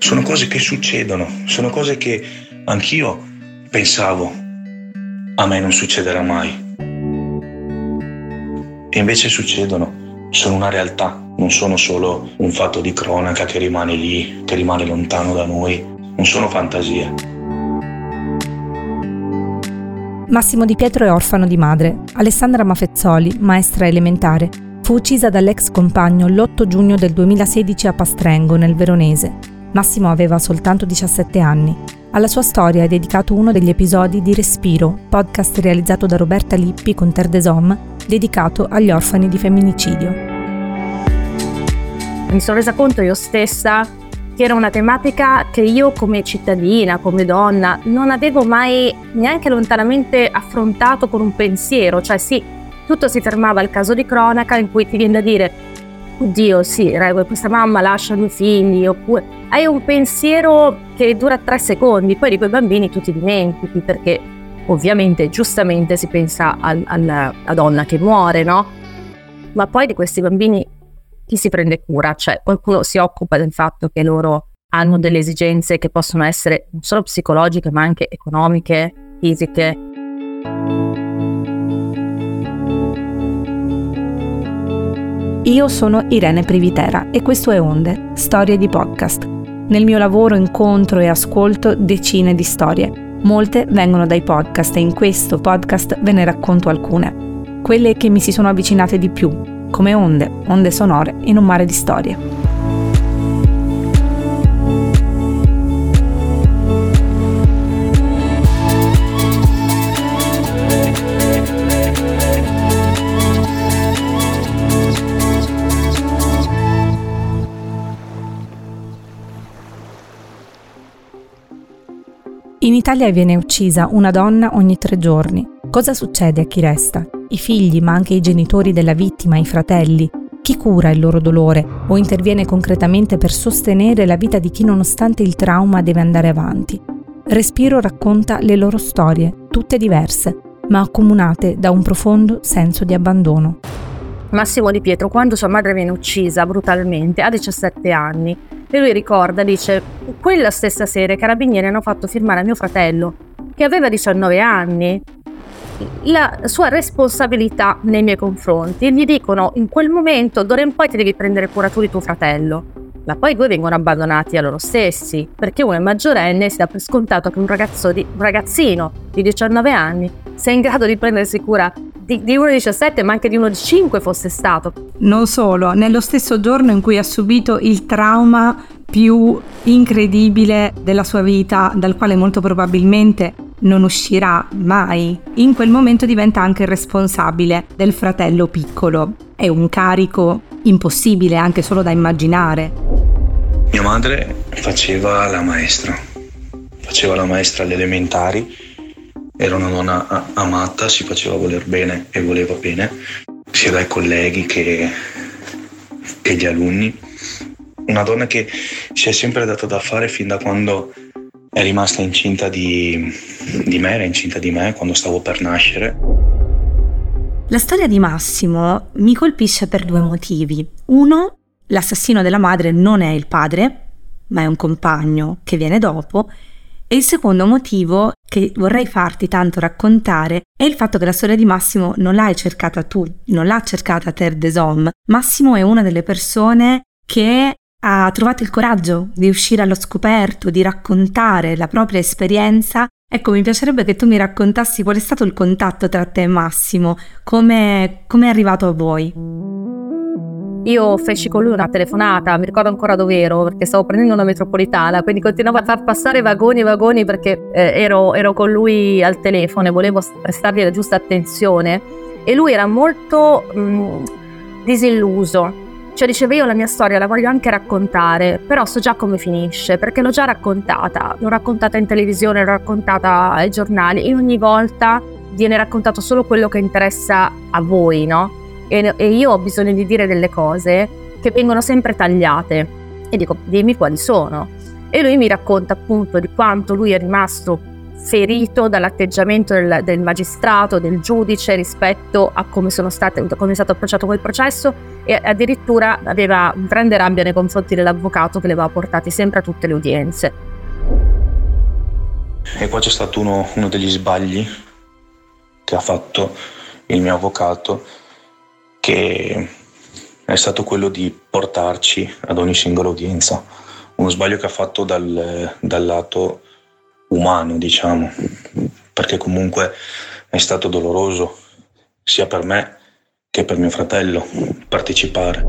Sono cose che succedono, sono cose che anch'io pensavo a me non succederà mai. E invece succedono, sono una realtà, non sono solo un fatto di cronaca che rimane lì, che rimane lontano da noi, non sono fantasie. Massimo Di Pietro è orfano di madre. Alessandra Mafezzoli, maestra elementare, fu uccisa dall'ex compagno l'8 giugno del 2016 a Pastrengo, nel Veronese. Massimo aveva soltanto 17 anni. Alla sua storia è dedicato uno degli episodi di Respiro, podcast realizzato da Roberta Lippi con Terre des Hommes, dedicato agli orfani di femminicidio. Mi sono resa conto io stessa che era una tematica che io come cittadina, come donna, non avevo mai neanche lontanamente affrontato con un pensiero. Cioè sì, tutto si fermava al caso di cronaca in cui ti viene da dire oddio sì, questa mamma lascia 2 figli, oppure hai un pensiero che dura 3 secondi, poi di quei bambini tu ti dimentichi perché ovviamente giustamente si pensa alla donna che muore, no? Ma poi di questi bambini chi si prende cura? Cioè qualcuno si occupa del fatto che loro hanno delle esigenze che possono essere non solo psicologiche ma anche economiche, fisiche. Io sono Irene Privitera e questo è Onde, storie di podcast. Nel mio lavoro incontro e ascolto decine di storie. Molte vengono dai podcast e in questo podcast ve ne racconto alcune. Quelle che mi si sono avvicinate di più, come onde sonore in un mare di storie. In Italia viene uccisa una donna ogni 3 giorni. Cosa succede a chi resta? I figli, ma anche i genitori della vittima, i fratelli. Chi cura il loro dolore o interviene concretamente per sostenere la vita di chi nonostante il trauma deve andare avanti? Respiro racconta le loro storie, tutte diverse, ma accomunate da un profondo senso di abbandono. Massimo Di Pietro, quando sua madre viene uccisa brutalmente, ha 17 anni, e lui ricorda, dice, quella stessa sera i carabinieri hanno fatto firmare a mio fratello, che aveva 19 anni, la sua responsabilità nei miei confronti, e gli dicono, in quel momento, d'ora in poi ti devi prendere cura tu di tuo fratello. Ma poi 2 vengono abbandonati a loro stessi, perché uno è maggiorenne e si dà per scontato che un ragazzino di 19 anni sia in grado di prendersi cura di uno di 17 ma anche di uno di 5 fosse stato. Non solo, nello stesso giorno in cui ha subito il trauma più incredibile della sua vita, dal quale molto probabilmente non uscirà mai, in quel momento diventa anche il responsabile del fratello piccolo. È un carico impossibile anche solo da immaginare. Mia madre faceva la maestra alle elementari. Era una donna amata, si faceva voler bene e voleva bene, sia dai colleghi che gli alunni. Una donna che si è sempre data da fare fin da quando è rimasta incinta di me, era incinta di me quando stavo per nascere. La storia di Massimo mi colpisce per 2 motivi. Uno, l'assassino della madre non è il padre, ma è un compagno che viene dopo. E il secondo motivo che vorrei farti tanto raccontare è il fatto che la storia di Massimo non l'hai cercata tu, non l'ha cercata Terre des Hommes. Massimo è una delle persone che ha trovato il coraggio di uscire allo scoperto, di raccontare la propria esperienza. Ecco, mi piacerebbe che tu mi raccontassi qual è stato il contatto tra te e Massimo, come è arrivato a voi. Io feci con lui una telefonata, mi ricordo ancora dove ero perché stavo prendendo una metropolitana, quindi continuavo a far passare vagoni e vagoni perché ero con lui al telefono e volevo prestargli la giusta attenzione, e lui era molto disilluso. Cioè diceva, io la mia storia la voglio anche raccontare, però so già come finisce perché l'ho già raccontata, l'ho raccontata in televisione, l'ho raccontata ai giornali, e ogni volta viene raccontato solo quello che interessa a voi, no? E io ho bisogno di dire delle cose che vengono sempre tagliate, e dico, dimmi quali sono. E lui mi racconta appunto di quanto lui è rimasto ferito dall'atteggiamento del magistrato, del giudice rispetto a come è stato approcciato quel processo, e addirittura aveva un grande rabbia nei confronti dell'avvocato che le aveva portati sempre a tutte le udienze. E qua c'è stato uno degli sbagli che ha fatto il mio avvocato, che è stato quello di portarci ad ogni singola udienza. Uno sbaglio che ha fatto dal lato umano, diciamo, perché comunque è stato doloroso sia per me che per mio fratello partecipare.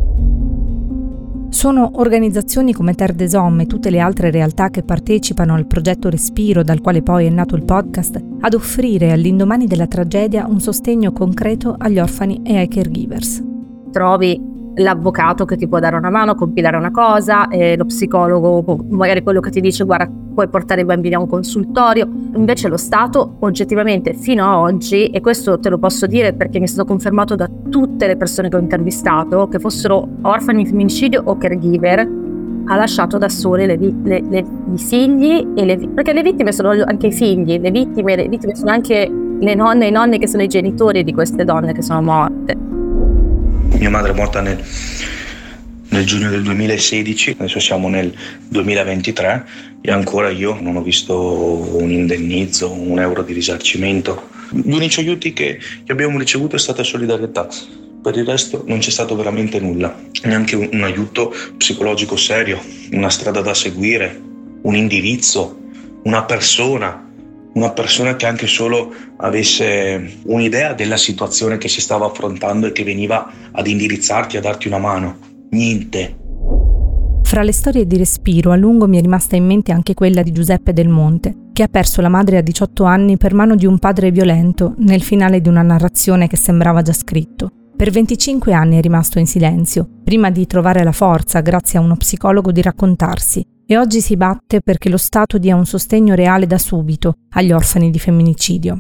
Sono organizzazioni come Terre des Hommes e tutte le altre realtà che partecipano al progetto Respiro, dal quale poi è nato il podcast, ad offrire all'indomani della tragedia un sostegno concreto agli orfani e ai caregivers. Trovi l'avvocato che ti può dare una mano a compilare una cosa, lo psicologo magari quello che ti dice guarda, puoi portare i bambini a un consultorio. Invece lo Stato oggettivamente fino a oggi, e questo te lo posso dire perché mi è stato confermato da tutte le persone che ho intervistato, che fossero orfani di femminicidio o caregiver, ha lasciato da sole i figli perché le vittime sono anche i figli, le vittime sono anche le nonne e i nonni che sono i genitori di queste donne che sono morte. Mia madre è morta nel giugno del 2016, adesso siamo nel 2023 e ancora io non ho visto un indennizzo, un euro di risarcimento. Gli unici aiuti che abbiamo ricevuto è stata solidarietà, per il resto non c'è stato veramente nulla, neanche un aiuto psicologico serio, una strada da seguire, un indirizzo, una persona che anche solo avesse un'idea della situazione che si stava affrontando e che veniva ad indirizzarti, a darti una mano. Niente. Fra le storie di Respiro, a lungo mi è rimasta in mente anche quella di Giuseppe Del Monte, che ha perso la madre a 18 anni per mano di un padre violento nel finale di una narrazione che sembrava già scritto. Per 25 anni è rimasto in silenzio, prima di trovare la forza, grazie a uno psicologo, di raccontarsi. E oggi si batte perché lo Stato dia un sostegno reale da subito agli orfani di femminicidio.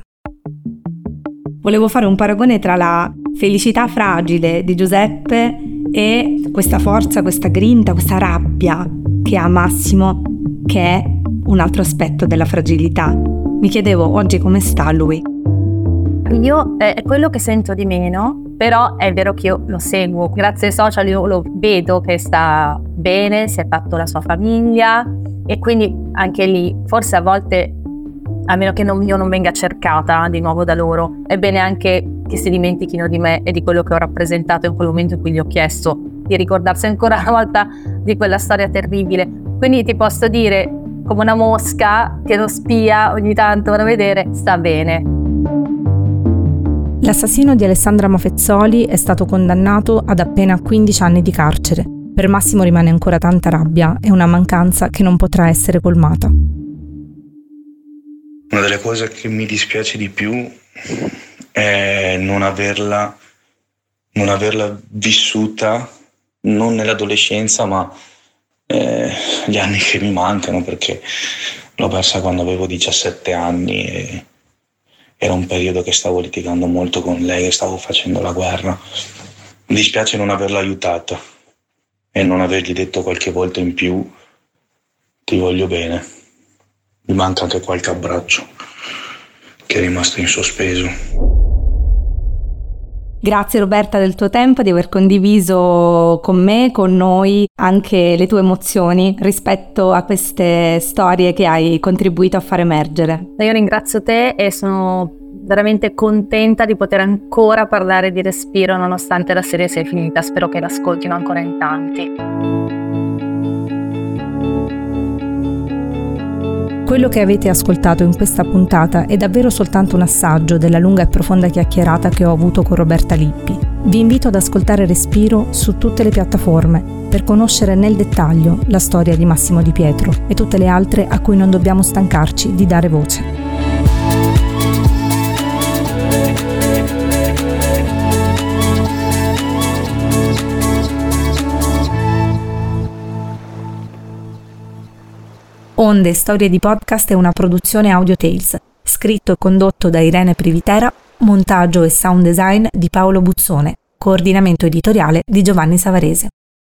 Volevo fare un paragone tra la felicità fragile di Giuseppe e questa forza, questa grinta, questa rabbia che ha Massimo, che è un altro aspetto della fragilità. Mi chiedevo oggi come sta lui. Io è quello che sento di meno, però è vero che io lo seguo. Grazie ai social io lo vedo che sta bene, si è fatto la sua famiglia, e quindi anche lì forse a volte, a meno che io non venga cercata di nuovo da loro, è bene anche che si dimentichino di me e di quello che ho rappresentato in quel momento in cui gli ho chiesto di ricordarsi ancora una volta di quella storia terribile. Quindi ti posso dire, come una mosca che lo spia ogni tanto per vedere, sta bene. L'assassino di Alessandra Mafezzoli è stato condannato ad appena 15 anni di carcere. Per Massimo rimane ancora tanta rabbia e una mancanza che non potrà essere colmata. Una delle cose che mi dispiace di più è non averla vissuta, non nell'adolescenza, ma gli anni che mi mancano, perché l'ho persa quando avevo 17 anni e era un periodo che stavo litigando molto con lei e stavo facendo la guerra. Mi dispiace non averla aiutata e non avergli detto qualche volta in più ti voglio bene. Mi manca anche qualche abbraccio che è rimasto in sospeso. Grazie Roberta del tuo tempo, di aver condiviso con me, con noi, anche le tue emozioni rispetto a queste storie che hai contribuito a far emergere. Io ringrazio te e sono veramente contenta di poter ancora parlare di Respiro nonostante la serie sia finita. Spero che l'ascoltino ancora in tanti. Quello che avete ascoltato in questa puntata è davvero soltanto un assaggio della lunga e profonda chiacchierata che ho avuto con Roberta Lippi. Vi invito ad ascoltare Respiro su tutte le piattaforme per conoscere nel dettaglio la storia di Massimo Di Pietro e tutte le altre a cui non dobbiamo stancarci di dare voce. Onde Storie di Podcast è una produzione Audio Tales, scritto e condotto da Irene Privitera, montaggio e sound design di Paolo Buzzone, coordinamento editoriale di Giovanni Savarese.